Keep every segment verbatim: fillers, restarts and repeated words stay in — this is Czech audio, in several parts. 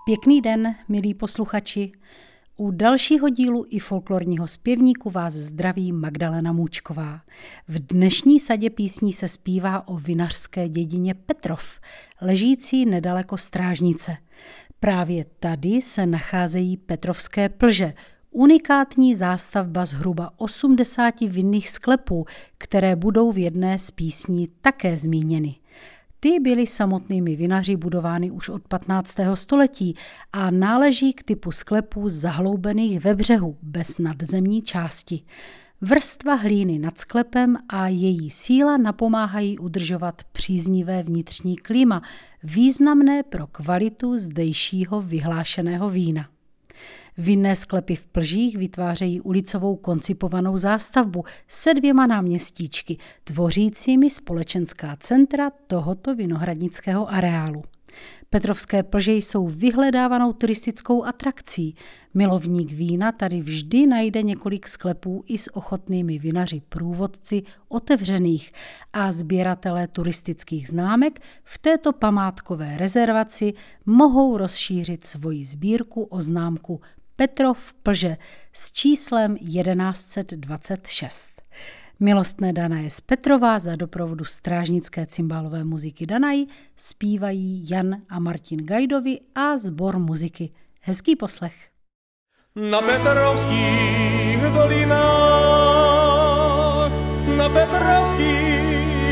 Pěkný den, milí posluchači. U dalšího dílu i folklorního zpěvníku vás zdraví Magdalena Můčková. V dnešní sadě písní se zpívá o vinařské dědině Petrov, ležící nedaleko Strážnice. Právě tady se nacházejí Petrovské plže, unikátní zástavba zhruba osmdesáti vinných sklepů, které budou v jedné z písní také zmíněny. Ty byly samotnými vinaři budovány už od patnáctého století a náleží k typu sklepů zahloubených ve břehu bez nadzemní části. Vrstva hlíny nad sklepem a její síla napomáhají udržovat příznivé vnitřní klima, významné pro kvalitu zdejšího vyhlášeného vína. Vinné sklepy v Plžích vytvářejí ulicovou koncipovanou zástavbu se dvěma náměstíčky, tvořícími společenská centra tohoto vinohradnického areálu. Petrovské Plže jsou vyhledávanou turistickou atrakcí. Milovník vína tady vždy najde několik sklepů i s ochotnými vinaři průvodci otevřených a sběratelé turistických známek v této památkové rezervaci mohou rozšířit svoji sbírku o známku Petrov Plže s číslem jedenáct set dvacet šest. Milostné Danaje z Petrova za doprovodu strážnické cymbálové muziky Danaj zpívají Jan a Martin Gajdovi a sbor muziky. Hezký poslech. Na Petrovských dolinách, na Petrovských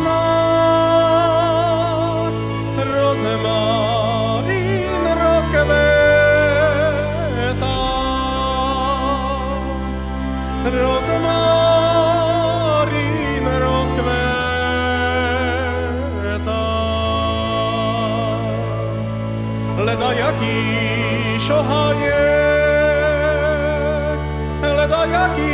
dolinách rozemarín rozkvétá, rozemarín rozkvétá. Leda jaký šohajek, leda jaký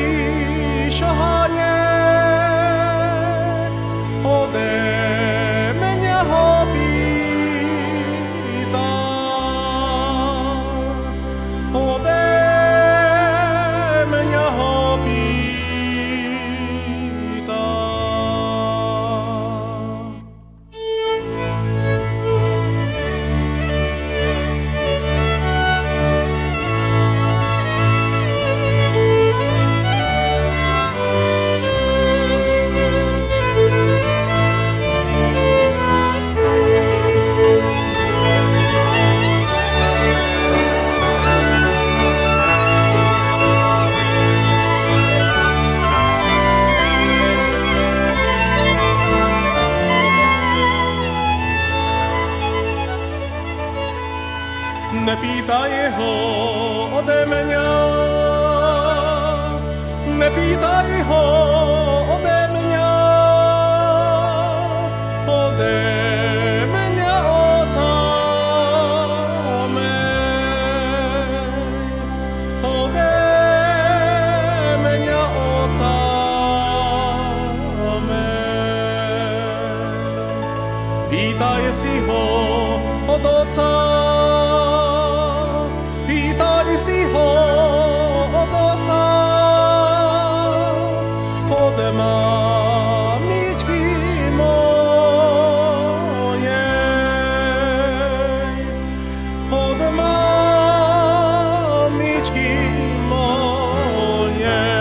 šohajek, ode mě ho pýtá, ode mě ho pýtá. Nepýtaj ho ode mě, nepýtaj ho ode mě, ode mě oca mej, ode mě oca mej. Pýtaj si ho od oca, pýtaj si ho od oca, od mamičky mojej, od mamičky mojej.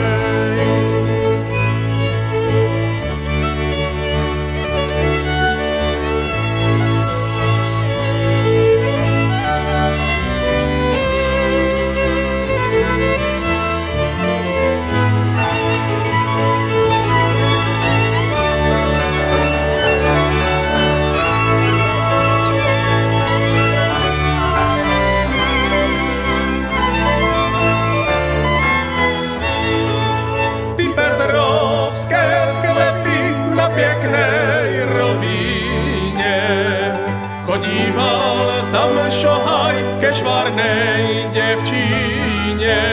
Pěknej rovíně chodíval tam šohaj ke švarnej děvčíně.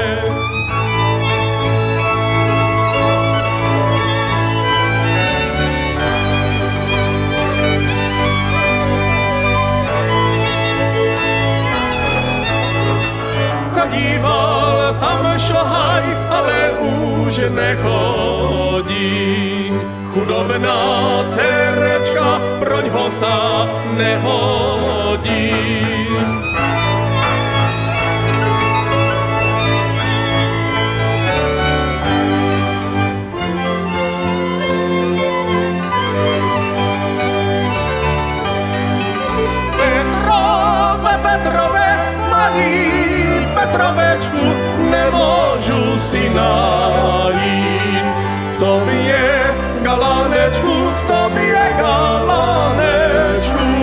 Chodíval tam šohaj, ale už nechodí. Chudobná dcerečka proň ho sa nehodí. Petrove, Petrove, malý Petrovečku, nemôžu si najít. V tobě, galánečku, v tobě, galánečku.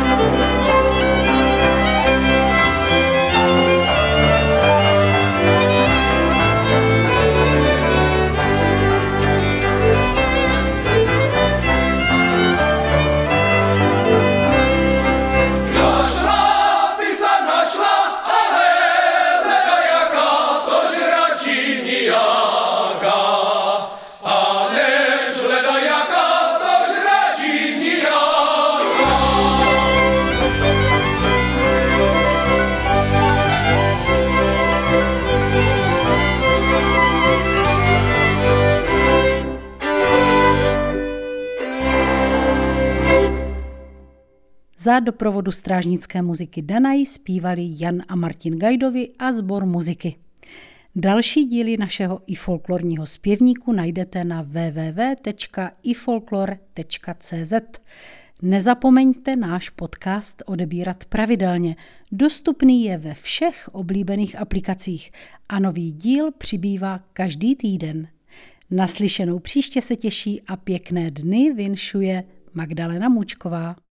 Za doprovodu strážnické muziky Danaj zpívali Jan a Martin Gajdovi a sbor muziky. Další díly našeho i folklorního zpěvníku najdete na w w w tečka i folklor tečka c z. Nezapomeňte náš podcast odebírat pravidelně. Dostupný je ve všech oblíbených aplikacích a nový díl přibývá každý týden. Naslyšenou příště se těší a pěkné dny vinšuje Magdalena Můčková.